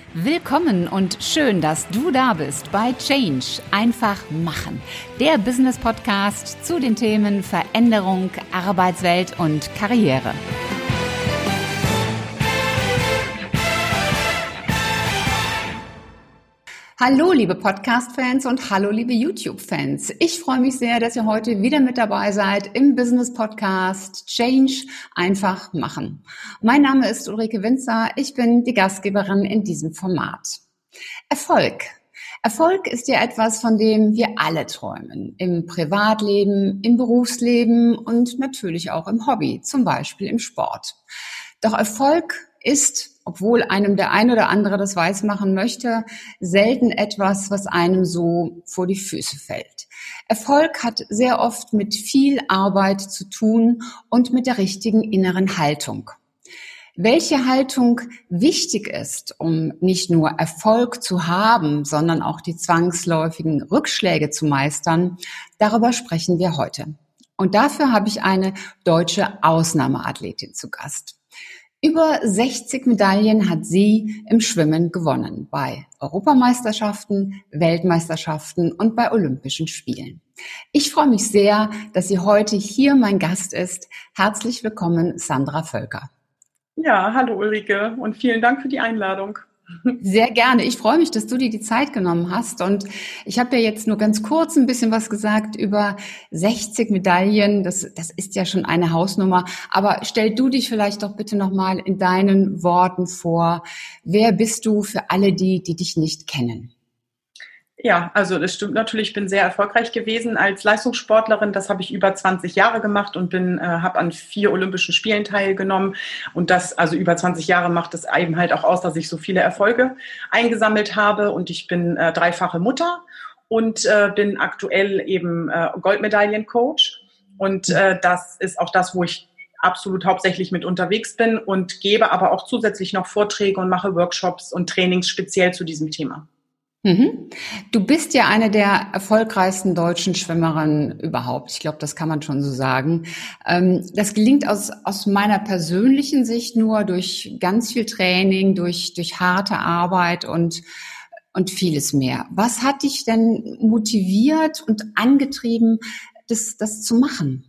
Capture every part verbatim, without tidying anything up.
Willkommen und schön, dass du da bist bei Change. Einfach machen. Der Business-Podcast zu den Themen Veränderung, Arbeitswelt und Karriere. Hallo liebe Podcast-Fans und hallo liebe YouTube-Fans. Ich freue mich sehr, dass ihr heute wieder mit dabei seid im Business-Podcast Change einfach machen. Mein Name ist Ulrike Winzer, ich bin die Gastgeberin in diesem Format. Erfolg. Erfolg ist ja etwas, von dem wir alle träumen. Im Privatleben, im Berufsleben und natürlich auch im Hobby, zum Beispiel im Sport. Doch Erfolg ist, obwohl einem der ein oder andere das weismachen möchte, selten etwas, was einem so vor die Füße fällt. Erfolg hat sehr oft mit viel Arbeit zu tun und mit der richtigen inneren Haltung. Welche Haltung wichtig ist, um nicht nur Erfolg zu haben, sondern auch die zwangsläufigen Rückschläge zu meistern, darüber sprechen wir heute. Und dafür habe ich eine deutsche Ausnahmeathletin zu Gast. Über sechzig Medaillen hat sie im Schwimmen gewonnen, bei Europameisterschaften, Weltmeisterschaften und bei Olympischen Spielen. Ich freue mich sehr, dass sie heute hier mein Gast ist. Herzlich willkommen, Sandra Völker. Ja, hallo Ulrike und vielen Dank für die Einladung. Sehr gerne. Ich freue mich, dass du dir die Zeit genommen hast. Und ich habe ja jetzt nur ganz kurz ein bisschen was gesagt über sechzig Medaillen. Das, das ist ja schon eine Hausnummer. Aber stell du dich vielleicht doch bitte nochmal in deinen Worten vor. Wer bist du für alle die, die dich nicht kennen? Ja, also das stimmt natürlich. Ich bin sehr erfolgreich gewesen als Leistungssportlerin. Das habe ich über zwanzig Jahre gemacht und bin äh, habe an vier Olympischen Spielen teilgenommen. Und das, also über zwanzig Jahre, macht es eben halt auch aus, dass ich so viele Erfolge eingesammelt habe. Und ich bin äh, dreifache Mutter und äh, bin aktuell eben äh, Goldmedaillencoach. Und äh, das ist auch das, wo ich absolut hauptsächlich mit unterwegs bin und gebe aber auch zusätzlich noch Vorträge und mache Workshops und Trainings speziell zu diesem Thema. Mhm. Du bist ja eine der erfolgreichsten deutschen Schwimmerinnen überhaupt. Ich glaube, das kann man schon so sagen. Das gelingt aus, aus meiner persönlichen Sicht nur durch ganz viel Training, durch, durch harte Arbeit und, und vieles mehr. Was hat dich denn motiviert und angetrieben, das, das zu machen?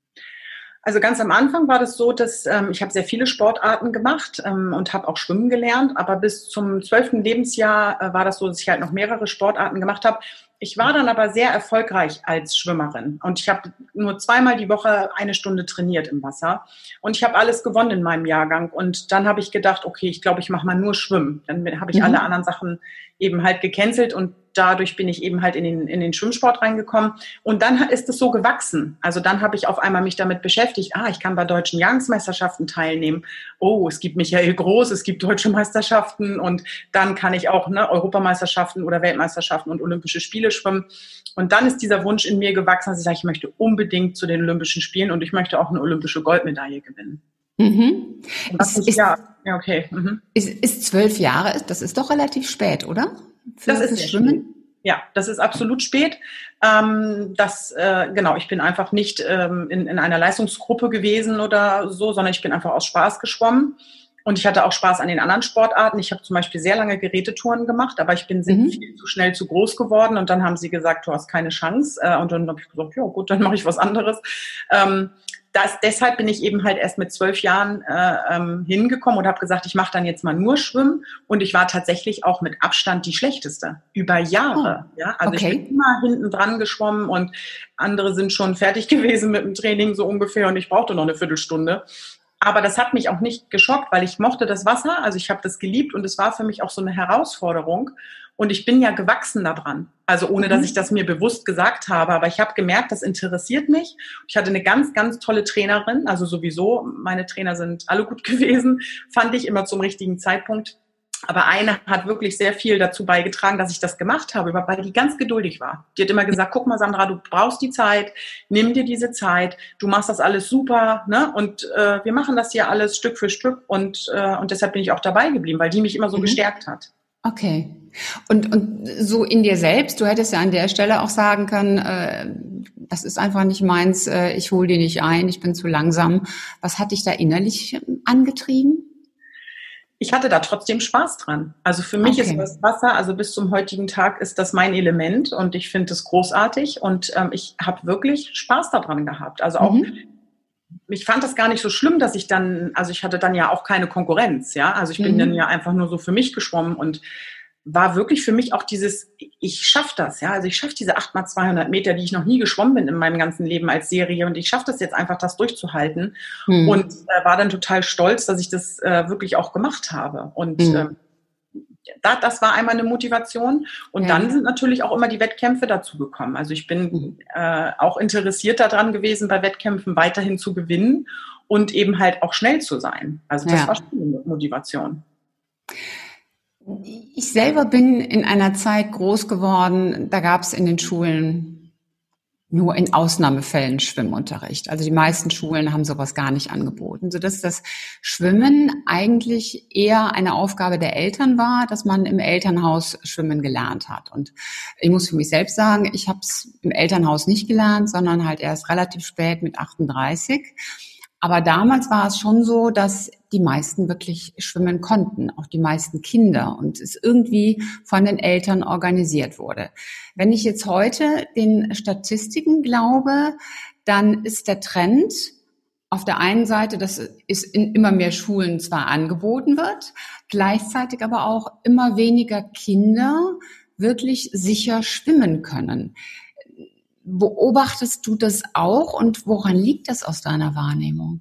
Also ganz am Anfang war das so, dass ähm, ich habe sehr viele Sportarten gemacht ähm, und habe auch schwimmen gelernt, aber bis zum zwölften Lebensjahr äh, war das so, dass ich halt noch mehrere Sportarten gemacht habe. Ich war dann aber sehr erfolgreich als Schwimmerin und ich habe nur zweimal die Woche eine Stunde trainiert im Wasser und ich habe alles gewonnen in meinem Jahrgang und dann habe ich gedacht, okay, ich glaube, ich mache mal nur Schwimmen. Dann habe ich mhm. alle anderen Sachen eben halt gecancelt und dadurch bin ich eben halt in den, in den Schwimmsport reingekommen und dann ist es so gewachsen. Also dann habe ich auf einmal mich damit beschäftigt, ah, ich kann bei deutschen Jahrgangsmeisterschaften teilnehmen. Oh, es gibt Michael Groß, es gibt deutsche Meisterschaften und dann kann ich auch ne, Europameisterschaften oder Weltmeisterschaften und Olympische Spiele schwimmen. Und dann ist dieser Wunsch in mir gewachsen, dass ich sage, ich möchte unbedingt zu den Olympischen Spielen und ich möchte auch eine olympische Goldmedaille gewinnen. Mhm. Das ist, ist, ja, ja, okay. Mhm. Ist, ist zwölf Jahre, das ist doch relativ spät, oder? Für das ist Schwimmen? Spät. Ja, das ist absolut spät. Ähm, das, äh, genau, ich bin einfach nicht ähm, in, in einer Leistungsgruppe gewesen oder so, sondern ich bin einfach aus Spaß geschwommen. Und ich hatte auch Spaß an den anderen Sportarten. Ich habe zum Beispiel sehr lange Gerätetouren gemacht, aber ich bin mhm. viel zu schnell zu groß geworden. Und dann haben sie gesagt, du hast keine Chance. Äh, und dann habe ich gesagt, ja gut, dann mache ich was anderes. Ähm, Das, deshalb bin ich eben halt erst mit zwölf Jahren äh, ähm, hingekommen und habe gesagt, ich mache dann jetzt mal nur Schwimmen. Und ich war tatsächlich auch mit Abstand die Schlechteste über Jahre. Oh, ja? Also okay. Ich bin immer hinten dran geschwommen und andere sind schon fertig gewesen mit dem Training so ungefähr und ich brauchte noch eine Viertelstunde. Aber das hat mich auch nicht geschockt, weil ich mochte das Wasser, also ich habe das geliebt und es war für mich auch so eine Herausforderung. Und ich bin ja gewachsen daran, also ohne, dass ich das mir bewusst gesagt habe. Aber ich habe gemerkt, das interessiert mich. Ich hatte eine ganz, ganz tolle Trainerin, also sowieso, meine Trainer sind alle gut gewesen, fand ich immer zum richtigen Zeitpunkt. Aber eine hat wirklich sehr viel dazu beigetragen, dass ich das gemacht habe, weil die ganz geduldig war. Die hat immer gesagt, guck mal Sandra, du brauchst die Zeit, nimm dir diese Zeit, du machst das alles super, ne? Und äh, wir machen das hier alles Stück für Stück und, äh, und deshalb bin ich auch dabei geblieben, weil die mich immer so mhm. gestärkt hat. Okay. Und, und so in dir selbst, du hättest ja an der Stelle auch sagen können, äh, das ist einfach nicht meins, äh, ich hole die nicht ein, ich bin zu langsam. Was hat dich da innerlich angetrieben? ich hatte da trotzdem Spaß dran. Also für mich okay. ist das Wasser, also bis zum heutigen Tag ist das mein Element und ich finde es großartig und ähm, ich habe wirklich Spaß daran gehabt. Also auch, mhm. ich fand das gar nicht so schlimm, dass ich dann, also ich hatte dann ja auch keine Konkurrenz, ja. Also ich bin mhm. dann ja einfach nur so für mich geschwommen und war wirklich für mich auch dieses, ich schaffe das, ja, also ich schaffe diese acht mal zweihundert Meter, die ich noch nie geschwommen bin in meinem ganzen Leben als Serie und ich schaffe das jetzt einfach, das durchzuhalten mhm. und äh, war dann total stolz, dass ich das äh, wirklich auch gemacht habe und mhm. äh, da, das war einmal eine Motivation und ja. dann sind natürlich auch immer die Wettkämpfe dazu gekommen, also ich bin mhm. äh, auch interessiert daran gewesen, bei Wettkämpfen weiterhin zu gewinnen und eben halt auch schnell zu sein, also das ja. war schon eine Motivation. Ich selber bin in einer Zeit groß geworden, da gab es in den Schulen nur in Ausnahmefällen Schwimmunterricht. Also die meisten Schulen haben sowas gar nicht angeboten, sodass das Schwimmen eigentlich eher eine Aufgabe der Eltern war, dass man im Elternhaus schwimmen gelernt hat. Und ich muss für mich selbst sagen, ich habe es im Elternhaus nicht gelernt, sondern halt erst relativ spät mit achtunddreißig. Aber damals war es schon so, dass die meisten wirklich schwimmen konnten, auch die meisten Kinder, und es irgendwie von den Eltern organisiert wurde. Wenn ich jetzt heute den Statistiken glaube, dann ist der Trend auf der einen Seite, dass es in immer mehr Schulen zwar angeboten wird, gleichzeitig aber auch immer weniger Kinder wirklich sicher schwimmen können. Beobachtest du das auch und woran liegt das aus deiner Wahrnehmung?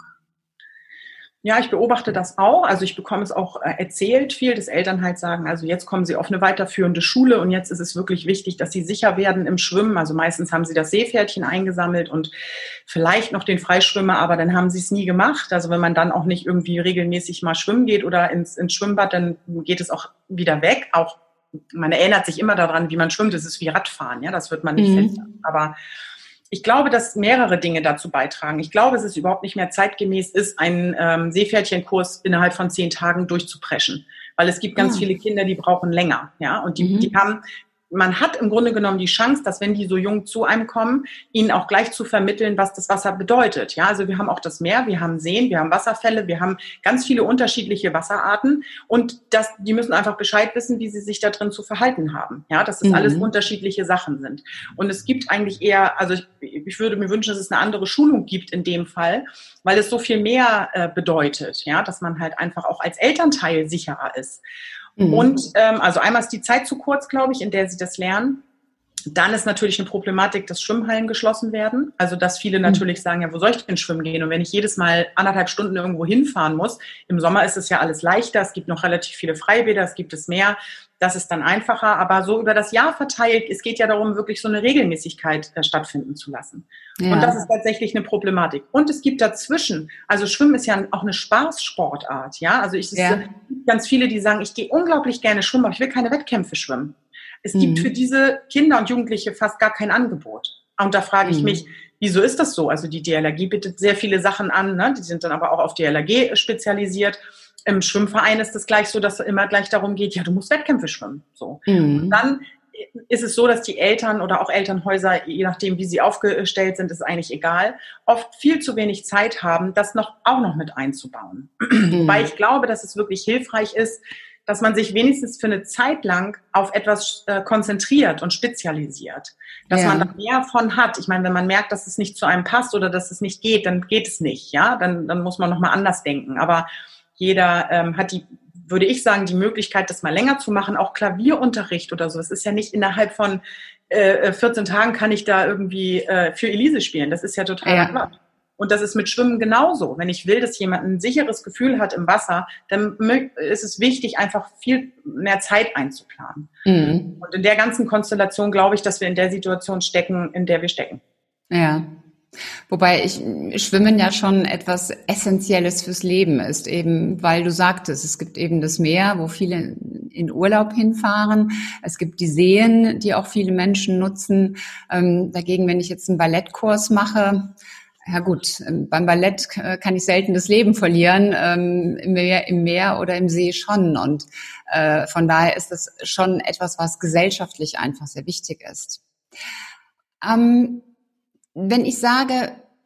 Ja, ich beobachte das auch. Also ich bekomme es auch erzählt viel, dass Eltern halt sagen, also jetzt kommen sie auf eine weiterführende Schule und jetzt ist es wirklich wichtig, dass sie sicher werden im Schwimmen. Also meistens haben sie das Seepferdchen eingesammelt und vielleicht noch den Freischwimmer, aber dann haben sie es nie gemacht. Also wenn man dann auch nicht irgendwie regelmäßig mal schwimmen geht oder ins, ins Schwimmbad, dann geht es auch wieder weg. Auch man erinnert sich immer daran, wie man schwimmt. Es ist wie Radfahren, ja, das wird man nicht mhm. finden. Aber ich glaube, dass mehrere Dinge dazu beitragen. Ich glaube, dass es überhaupt nicht mehr zeitgemäß ist, einen ähm, Seepferdchenkurs innerhalb von zehn Tagen durchzupreschen. Weil es gibt ganz ah. viele Kinder, die brauchen länger, ja, und die, mhm. die haben, man hat im Grunde genommen die Chance, dass wenn die so jung zu einem kommen, ihnen auch gleich zu vermitteln, was das Wasser bedeutet. Ja, also wir haben auch das Meer, wir haben Seen, wir haben Wasserfälle, wir haben ganz viele unterschiedliche Wasserarten und das, die müssen einfach Bescheid wissen, wie sie sich da drin zu verhalten haben. Ja, dass das mhm. alles unterschiedliche Sachen sind. Und es gibt eigentlich eher, also ich, ich würde mir wünschen, dass es eine andere Schulung gibt in dem Fall, weil es so viel mehr äh, bedeutet, ja, dass man halt einfach auch als Elternteil sicherer ist. Mhm. Und ähm, also einmal ist die Zeit zu kurz, glaube ich, in der sie das lernen. Dann ist natürlich eine Problematik, dass Schwimmhallen geschlossen werden. Also dass viele natürlich sagen, ja, wo soll ich denn schwimmen gehen? Und wenn ich jedes Mal anderthalb Stunden irgendwo hinfahren muss, im Sommer ist es ja alles leichter. Es gibt noch relativ viele Freibäder, es gibt es mehr. Das ist dann einfacher. Aber so über das Jahr verteilt, es geht ja darum, wirklich so eine Regelmäßigkeit äh, stattfinden zu lassen. Ja. Und das ist tatsächlich eine Problematik. Und es gibt dazwischen, also Schwimmen ist ja auch eine Spaßsportart. Ja, also ich, es ja. gibt ganz viele, die sagen, ich gehe unglaublich gerne schwimmen, aber ich will keine Wettkämpfe schwimmen. Es mhm. gibt für diese Kinder und Jugendliche fast gar kein Angebot. Und da frage ich mhm. mich, wieso ist das so? Also die D L R G bietet sehr viele Sachen an, ne? Die sind dann aber auch auf D L R G spezialisiert. Im Schwimmverein ist es gleich so, dass es immer gleich darum geht, ja, du musst Wettkämpfe schwimmen. So. Mhm. Und dann ist es so, dass die Eltern oder auch Elternhäuser, je nachdem, wie sie aufgestellt sind, ist eigentlich egal, oft viel zu wenig Zeit haben, das noch auch noch mit einzubauen. Mhm. Wobei ich glaube, dass es wirklich hilfreich ist, dass man sich wenigstens für eine Zeit lang auf etwas äh, konzentriert und spezialisiert. Dass ja. man da mehr von hat. Ich meine, wenn man merkt, dass es nicht zu einem passt oder dass es nicht geht, dann geht es nicht. Ja, dann, dann muss man nochmal anders denken. Aber jeder ähm, hat die, würde ich sagen, die Möglichkeit, das mal länger zu machen. Auch Klavierunterricht oder so. Es ist ja nicht innerhalb von äh, vierzehn Tagen kann ich da irgendwie äh, für Elise spielen. Das ist ja total ja. Quatsch. Und das ist mit Schwimmen genauso. Wenn ich will, dass jemand ein sicheres Gefühl hat im Wasser, dann ist es wichtig, einfach viel mehr Zeit einzuplanen. Mhm. Und in der ganzen Konstellation glaube ich, dass wir in der Situation stecken, in der wir stecken. Ja. Wobei ich Schwimmen ja schon etwas Essentielles fürs Leben ist, eben weil du sagtest, es gibt eben das Meer, wo viele in Urlaub hinfahren. Es gibt die Seen, die auch viele Menschen nutzen. Ähm, dagegen, wenn ich jetzt einen Ballettkurs mache, ja gut, beim Ballett kann ich selten das Leben verlieren, ähm, im Meer, im Meer oder im See schon. Und äh, von daher ist das schon etwas, was gesellschaftlich einfach sehr wichtig ist. Ähm, wenn ich sage,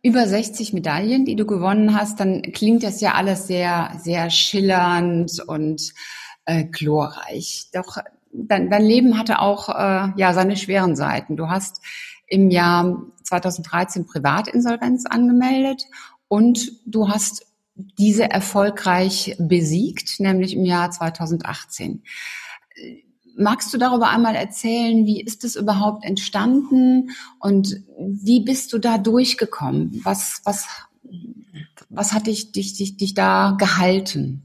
über sechzig Medaillen, die du gewonnen hast, dann klingt das ja alles sehr, sehr schillernd und äh, glorreich. Doch dein, dein Leben hatte auch äh, ja seine schweren Seiten. Du hast im Jahr zweitausenddreizehn Privatinsolvenz angemeldet und du hast diese erfolgreich besiegt, nämlich im Jahr zweitausendachtzehn. Magst du darüber einmal erzählen, wie ist es überhaupt entstanden und wie bist du da durchgekommen? Was, was, was hat dich, dich, dich, dich da gehalten?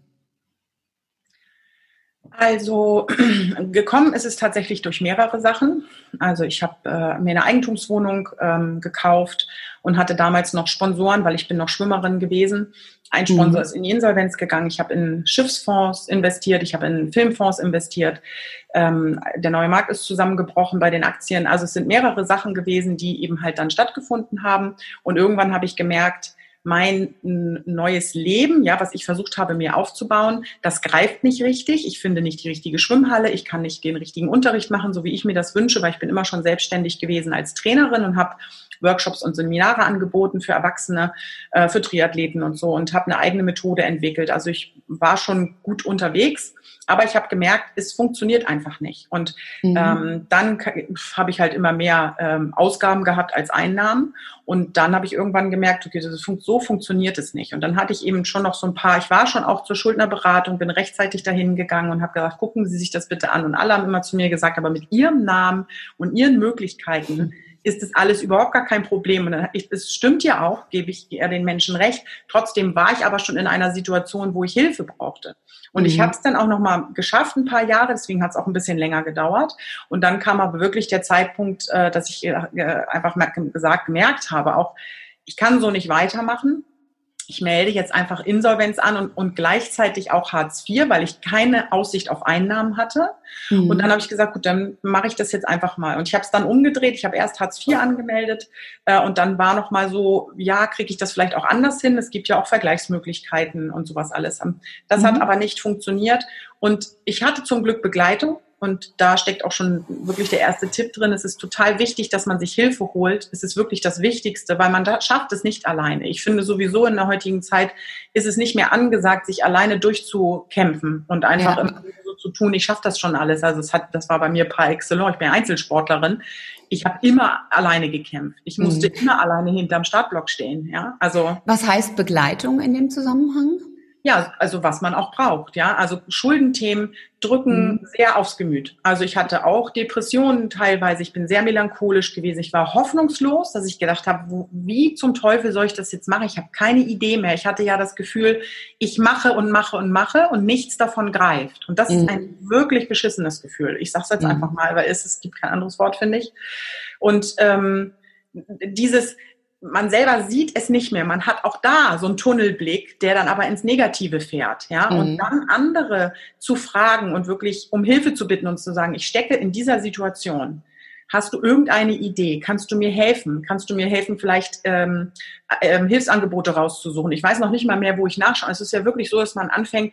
Also gekommen ist es tatsächlich durch mehrere Sachen. Also ich habe äh, mir eine Eigentumswohnung ähm, gekauft und hatte damals noch Sponsoren, weil ich bin noch Schwimmerin gewesen. Ein Sponsor mhm. ist in die Insolvenz gegangen. Ich habe in Schiffsfonds investiert, ich habe in Filmfonds investiert. Ähm, der neue Markt ist zusammengebrochen bei den Aktien. Also es sind mehrere Sachen gewesen, die eben halt dann stattgefunden haben. Und irgendwann habe ich gemerkt, mein neues Leben, ja, was ich versucht habe, mir aufzubauen, das greift nicht richtig. Ich finde nicht die richtige Schwimmhalle. Ich kann nicht den richtigen Unterricht machen, so wie ich mir das wünsche, weil ich bin immer schon selbstständig gewesen als Trainerin und habe Workshops und Seminare angeboten für Erwachsene, äh, für Triathleten und so und habe eine eigene Methode entwickelt. Also ich war schon gut unterwegs, aber ich habe gemerkt, es funktioniert einfach nicht. Und mhm. ähm, dann habe ich halt immer mehr ähm, Ausgaben gehabt als Einnahmen. Und dann habe ich irgendwann gemerkt, okay, das fun- so funktioniert es nicht. Und dann hatte ich eben schon noch so ein paar, ich war schon auch zur Schuldnerberatung, bin rechtzeitig dahin gegangen und habe gesagt, gucken Sie sich das bitte an. Und alle haben immer zu mir gesagt, aber mit Ihrem Namen und Ihren Möglichkeiten ist das alles überhaupt gar kein Problem. Und dann, ich, es stimmt ja auch, gebe ich eher den Menschen recht. Trotzdem war ich aber schon in einer Situation, wo ich Hilfe brauchte. Und mhm. ich habe es dann auch noch mal geschafft, ein paar Jahre, deswegen hat es auch ein bisschen länger gedauert. Und dann kam aber wirklich der Zeitpunkt, äh, dass ich äh, einfach gesagt, gemerkt habe, auch ich kann so nicht weitermachen. Ich melde jetzt einfach Insolvenz an und, und gleichzeitig auch Hartz vier, weil ich keine Aussicht auf Einnahmen hatte. Mhm. Und dann habe ich gesagt, gut, dann mache ich das jetzt einfach mal. Und ich habe es dann umgedreht. Ich habe erst Hartz vier angemeldet äh, und dann war noch mal so, ja, kriege ich das vielleicht auch anders hin? Es gibt ja auch Vergleichsmöglichkeiten und sowas alles. Das mhm. hat aber nicht funktioniert. Und ich hatte zum Glück Begleitung. Und da steckt auch schon wirklich der erste Tipp drin. Es ist total wichtig, dass man sich Hilfe holt. Es ist wirklich das Wichtigste, weil man da schafft es nicht alleine. Ich finde sowieso in der heutigen Zeit ist es nicht mehr angesagt, sich alleine durchzukämpfen und einfach ja. so zu tun, ich schaffe das schon alles. Also es hat, das war bei mir par excellence. Ich bin Einzelsportlerin. Ich habe immer alleine gekämpft. Ich musste mhm. immer alleine hinterm Startblock stehen. Ja, also. Was heißt Begleitung in dem Zusammenhang? Ja, also was man auch braucht, ja. Also Schuldenthemen drücken mhm. sehr aufs Gemüt. Also ich hatte auch Depressionen teilweise. Ich bin sehr melancholisch gewesen. Ich war hoffnungslos, dass ich gedacht habe, wo, wie zum Teufel soll ich das jetzt machen? Ich habe keine Idee mehr. Ich hatte ja das Gefühl, ich mache und mache und mache und nichts davon greift. Und das mhm. ist ein wirklich beschissenes Gefühl. Ich sage es jetzt mhm. einfach mal, weil es, es gibt kein anderes Wort, finde ich. Und ähm, dieses man selber sieht es nicht mehr. Man hat auch da so einen Tunnelblick, der dann aber ins Negative fährt, ja. Mhm. Und dann andere zu fragen und wirklich um Hilfe zu bitten und zu sagen, ich stecke in dieser Situation. Hast du irgendeine Idee? Kannst du mir helfen? Kannst du mir helfen, vielleicht ähm, ähm, Hilfsangebote rauszusuchen? Ich weiß noch nicht mal mehr, wo ich nachschaue. Es ist ja wirklich so, dass man anfängt,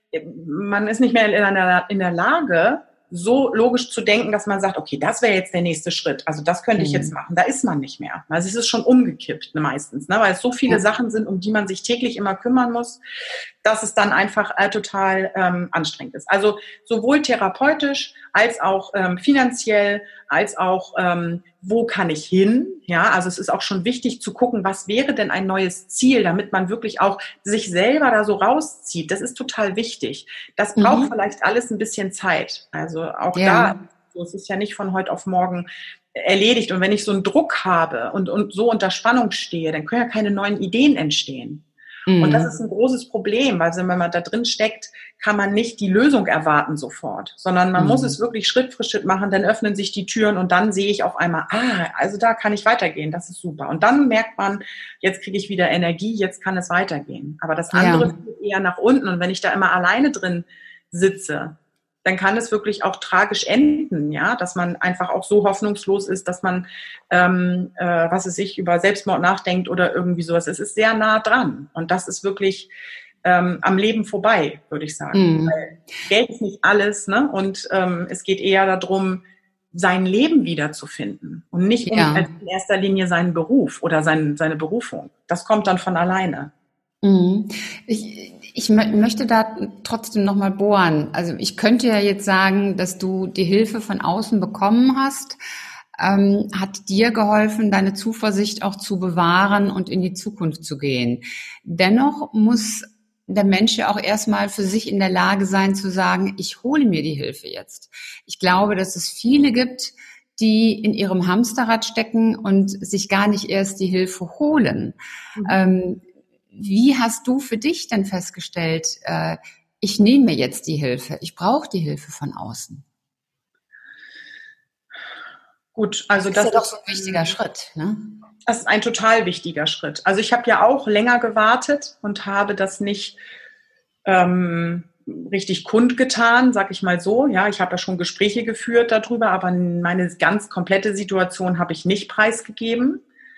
man ist nicht mehr in der, in der Lage, so logisch zu denken, dass man sagt, okay, das wäre jetzt der nächste Schritt. Also das könnte ich jetzt machen. Da ist man nicht mehr. Also es ist schon umgekippt ne, meistens, ne, weil es so viele ja. Sachen sind, um die man sich täglich immer kümmern muss, dass es dann einfach äh, total ähm, anstrengend ist. Also sowohl therapeutisch als auch ähm, finanziell, als auch ähm, wo kann ich hin? Ja, also es ist auch schon wichtig zu gucken, was wäre denn ein neues Ziel, damit man wirklich auch sich selber da so rauszieht. Das ist total wichtig. Das braucht mhm. vielleicht alles ein bisschen Zeit. Also auch ja. da, so, es ist ja nicht von heute auf morgen erledigt. Und wenn ich so einen Druck habe und, und so unter Spannung stehe, dann können ja keine neuen Ideen entstehen. Mhm. Und das ist ein großes Problem, weil wenn man da drin steckt, kann man nicht die Lösung erwarten sofort, sondern man mhm. muss es wirklich Schritt für Schritt machen, dann öffnen sich die Türen und dann sehe ich auf einmal, ah, also da kann ich weitergehen, das ist super. Und dann merkt man, jetzt kriege ich wieder Energie, jetzt kann es weitergehen. Aber das andere ja. geht eher nach unten und wenn ich da immer alleine drin sitze, dann kann es wirklich auch tragisch enden, ja, dass man einfach auch so hoffnungslos ist, dass man, ähm, äh, was es sich über Selbstmord nachdenkt oder irgendwie sowas. Es ist sehr nah dran und das ist wirklich ähm, am Leben vorbei, würde ich sagen. Mhm. Weil Geld ist nicht alles, ne? Und ähm, es geht eher darum, sein Leben wiederzufinden und nicht um Ja. in erster Linie seinen Beruf oder sein, seine Berufung. Das kommt dann von alleine. Mhm. Ich, ich mö- möchte da trotzdem nochmal bohren. Also ich könnte ja jetzt sagen, dass du die Hilfe von außen bekommen hast, ähm, hat dir geholfen, deine Zuversicht auch zu bewahren und in die Zukunft zu gehen. Dennoch muss der Mensch ja auch erstmal für sich in der Lage sein zu sagen, ich hole mir die Hilfe jetzt. Ich glaube, dass es viele gibt, die in ihrem Hamsterrad stecken und sich gar nicht erst die Hilfe holen. Mhm. Ähm, wie hast du für dich denn festgestellt, äh, ich nehme mir jetzt die Hilfe, ich brauche die Hilfe von außen? Gut, also Das ist das ja doch ist so ein wichtiger Schritt, ne? Das ist ein total wichtiger Schritt. Also ich habe ja auch länger gewartet und habe das nicht ähm, richtig kundgetan, sag ich mal so. Ja, ich habe ja schon Gespräche geführt darüber, aber meine ganz komplette Situation habe ich nicht preisgegeben.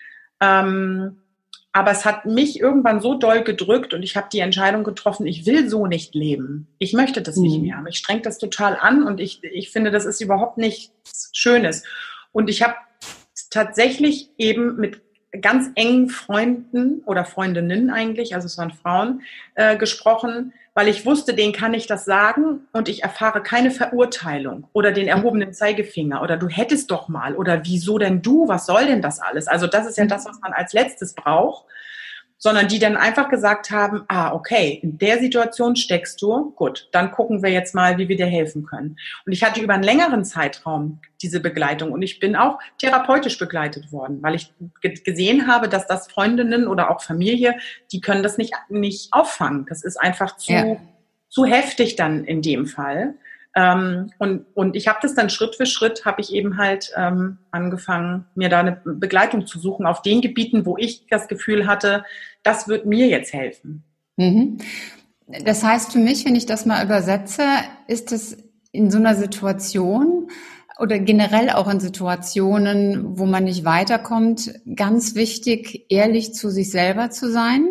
Ähm, aber es hat mich irgendwann so doll gedrückt und ich habe die Entscheidung getroffen, ich will so nicht leben. Ich möchte das mhm. nicht mehr. Mich strengt das total an und ich, ich finde, das ist überhaupt nichts Schönes. Und ich habe tatsächlich eben mit ganz engen Freunden oder Freundinnen eigentlich, also es waren Frauen, äh, gesprochen, weil ich wusste, denen kann ich das sagen und ich erfahre keine Verurteilung oder den erhobenen Zeigefinger oder du hättest doch mal oder wieso denn du, was soll denn das alles? Also das ist ja das, was man als letztes braucht, sondern die dann einfach gesagt haben, ah, okay, in der Situation steckst du, gut, dann gucken wir jetzt mal, wie wir dir helfen können. Und ich hatte über einen längeren Zeitraum diese Begleitung und ich bin auch therapeutisch begleitet worden, weil ich g- gesehen habe, dass das Freundinnen oder auch Familie, die können das nicht, nicht auffangen. Das ist einfach zu, ja. zu heftig dann in dem Fall. Ähm, und, und ich habe das dann Schritt für Schritt, habe ich eben halt ähm, angefangen, mir da eine Begleitung zu suchen auf den Gebieten, wo ich das Gefühl hatte, das wird mir jetzt helfen. Mhm. Das heißt für mich, wenn ich das mal übersetze, ist es in so einer Situation oder generell auch in Situationen, wo man nicht weiterkommt, ganz wichtig, ehrlich zu sich selber zu sein,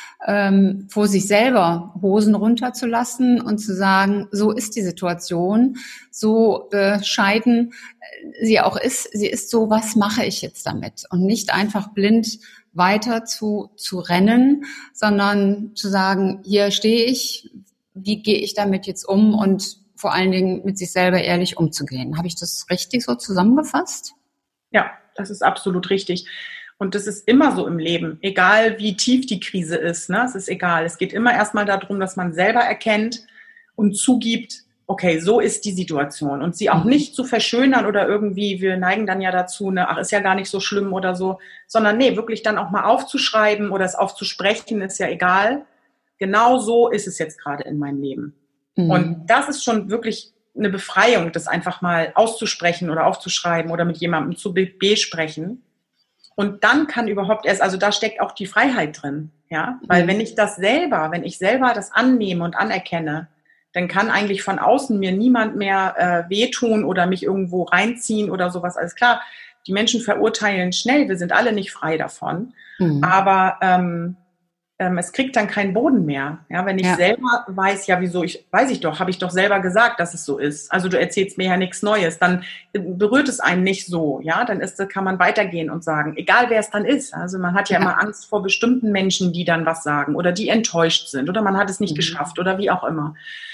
ähm, vor sich selber Hosen runterzulassen und zu sagen, so ist die Situation, so bescheiden sie auch ist, sie ist so, was mache ich jetzt damit? Und nicht einfach blind weiter zu, zu rennen, sondern zu sagen, hier stehe ich, wie gehe ich damit jetzt um und vor allen Dingen mit sich selber ehrlich umzugehen. Habe ich das richtig so zusammengefasst? Ja, das ist absolut richtig. Und das ist immer so im Leben, egal wie tief die Krise ist, ne? Es ist egal. Es geht immer erstmal darum, dass man selber erkennt und zugibt, okay, so ist die Situation. Und sie auch nicht zu verschönern oder irgendwie, wir neigen dann ja dazu, ne, ach, ist ja gar nicht so schlimm oder so, sondern nee, wirklich dann auch mal aufzuschreiben oder es aufzusprechen, ist ja egal. Genau so ist es jetzt gerade in meinem Leben. Mhm. Und das ist schon wirklich eine Befreiung, das einfach mal auszusprechen oder aufzuschreiben oder mit jemandem zu besprechen. Und dann kann überhaupt erst, also da steckt auch die Freiheit drin, ja, weil mhm. wenn ich das selber, wenn ich selber das annehme und anerkenne, dann kann eigentlich von außen mir niemand mehr äh, wehtun oder mich irgendwo reinziehen oder sowas. Alles klar, die Menschen verurteilen schnell, wir sind alle nicht frei davon, mhm. aber ähm, ähm, es kriegt dann keinen Boden mehr. Ja, wenn ich ja. selber weiß, ja, wieso, ich weiß ich doch, habe ich doch selber gesagt, dass es so ist. Also du erzählst mir ja nichts Neues, dann berührt es einen nicht so. Ja, dann ist, kann man weitergehen und sagen, egal wer es dann ist. Also man hat ja, ja immer Angst vor bestimmten Menschen, die dann was sagen oder die enttäuscht sind oder man hat es nicht mhm. geschafft oder wie auch immer.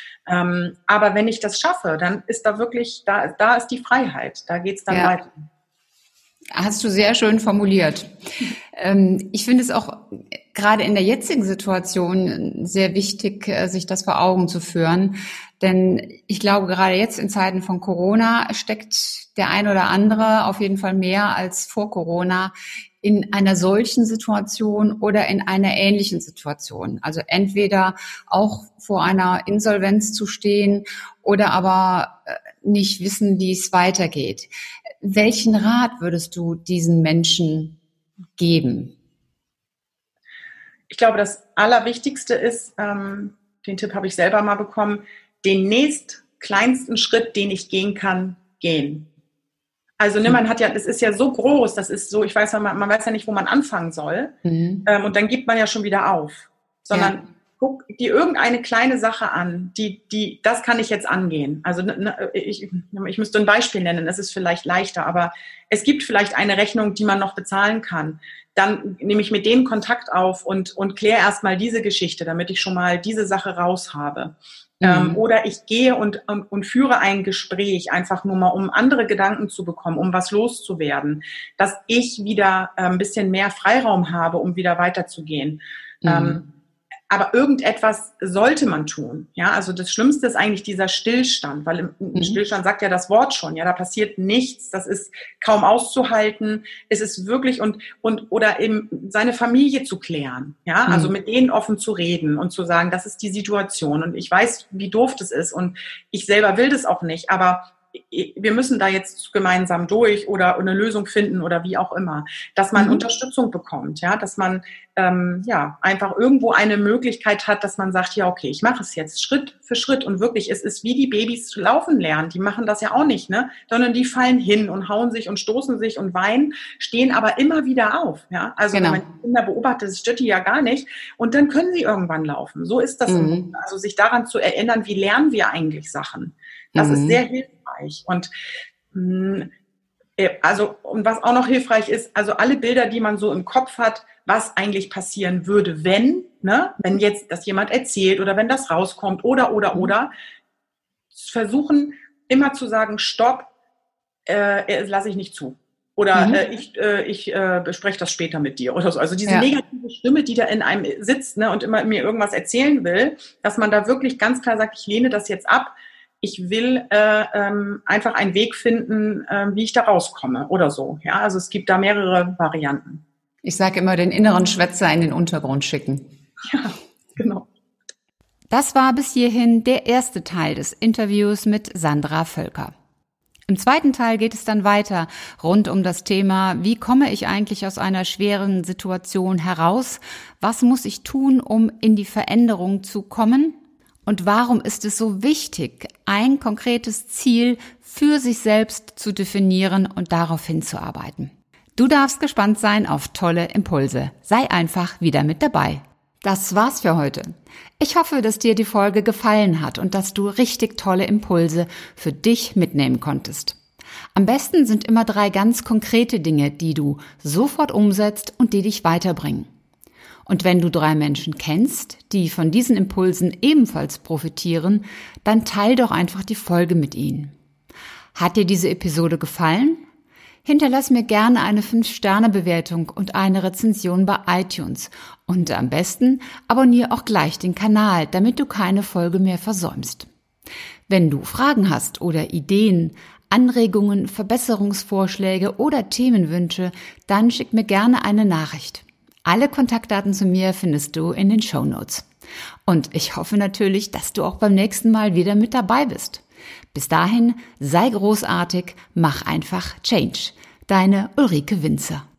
Ähm, aber wenn ich das schaffe, dann ist da wirklich, da, da ist die Freiheit. Da geht's dann ja. weiter. Hast du sehr schön formuliert. Ähm, ich finde es auch gerade in der jetzigen Situation sehr wichtig, sich das vor Augen zu führen. Denn ich glaube, gerade jetzt in Zeiten von Corona steckt der ein oder andere auf jeden Fall mehr als vor Corona in einer solchen Situation oder in einer ähnlichen Situation. Also entweder auch vor einer Insolvenz zu stehen oder aber nicht wissen, wie es weitergeht. Welchen Rat würdest du diesen Menschen geben? Ich glaube, das Allerwichtigste ist, ähm, den Tipp habe ich selber mal bekommen, den nächst kleinsten Schritt, den ich gehen kann, gehen. Also ne, man hat ja, das ist ja so groß, das ist so, ich weiß ja, man, man weiß ja nicht, wo man anfangen soll. Mhm. Ähm, und dann gibt man ja schon wieder auf. Sondern ja. guck dir irgendeine kleine Sache an, die, die, das kann ich jetzt angehen. Also ne, ich, ich müsste ein Beispiel nennen, das ist vielleicht leichter, aber es gibt vielleicht eine Rechnung, die man noch bezahlen kann. Dann nehme ich mit denen Kontakt auf und, und kläre erstmal diese Geschichte, damit ich schon mal diese Sache raus habe. Mhm. Ähm, oder ich gehe und, und, und führe ein Gespräch, einfach nur mal, um andere Gedanken zu bekommen, um was loszuwerden, dass ich wieder äh, ein bisschen mehr Freiraum habe, um wieder weiterzugehen. Mhm. Ähm, aber irgendetwas sollte man tun. Ja, also das Schlimmste ist eigentlich dieser Stillstand, weil im mhm. Stillstand sagt ja das Wort schon. Ja, da passiert nichts. Das ist kaum auszuhalten. Es ist wirklich und und oder eben seine Familie zu klären. Ja, mhm. also mit denen offen zu reden und zu sagen, das ist die Situation und ich weiß, wie doof das ist und ich selber will das auch nicht. Aber wir müssen da jetzt gemeinsam durch oder eine Lösung finden oder wie auch immer, dass man mhm. Unterstützung bekommt, ja, dass man ähm, ja einfach irgendwo eine Möglichkeit hat, dass man sagt, ja okay, ich mache es jetzt Schritt für Schritt und wirklich, es ist wie die Babys zu laufen lernen, die machen das ja auch nicht, ne, sondern die fallen hin und hauen sich und stoßen sich und weinen, stehen aber immer wieder auf, ja, also genau. Wenn man die Kinder beobachtet, das stört die ja gar nicht und dann können sie irgendwann laufen, so ist das, mhm. also sich daran zu erinnern, wie lernen wir eigentlich Sachen, das mhm. ist sehr hilfreich. Und mh, also und was auch noch hilfreich ist, also alle Bilder, die man so im Kopf hat, was eigentlich passieren würde, wenn, ne, wenn jetzt das jemand erzählt oder wenn das rauskommt oder oder oder versuchen immer zu sagen, stopp, äh, lasse ich nicht zu. Oder mhm. äh, ich, äh, ich äh, bespreche das später mit dir oder so. Also diese ja. negative Stimme, die da in einem sitzt, ne, und immer mir irgendwas erzählen will, dass man da wirklich ganz klar sagt, ich lehne das jetzt ab. Ich will äh, ähm, einfach einen Weg finden, äh, wie ich da rauskomme oder so. Ja, also es gibt da mehrere Varianten. Ich sage immer, den inneren Schwätzer in den Untergrund schicken. Ja, genau. Das war bis hierhin der erste Teil des Interviews mit Sandra Völker. Im zweiten Teil geht es dann weiter rund um das Thema, wie komme ich eigentlich aus einer schweren Situation heraus? Was muss ich tun, um in die Veränderung zu kommen? Und warum ist es so wichtig, ein konkretes Ziel für sich selbst zu definieren und darauf hinzuarbeiten? Du darfst gespannt sein auf tolle Impulse. Sei einfach wieder mit dabei. Das war's für heute. Ich hoffe, dass dir die Folge gefallen hat und dass du richtig tolle Impulse für dich mitnehmen konntest. Am besten sind immer drei ganz konkrete Dinge, die du sofort umsetzt und die dich weiterbringen. Und wenn du drei Menschen kennst, die von diesen Impulsen ebenfalls profitieren, dann teil doch einfach die Folge mit ihnen. Hat dir diese Episode gefallen? Hinterlass mir gerne eine fünf Sterne Bewertung und eine Rezension bei iTunes. Und am besten abonniere auch gleich den Kanal, damit du keine Folge mehr versäumst. Wenn du Fragen hast oder Ideen, Anregungen, Verbesserungsvorschläge oder Themenwünsche, dann schick mir gerne eine Nachricht. Alle Kontaktdaten zu mir findest du in den Shownotes. Und ich hoffe natürlich, dass du auch beim nächsten Mal wieder mit dabei bist. Bis dahin, sei großartig, mach einfach Change. Deine Ulrike Winzer.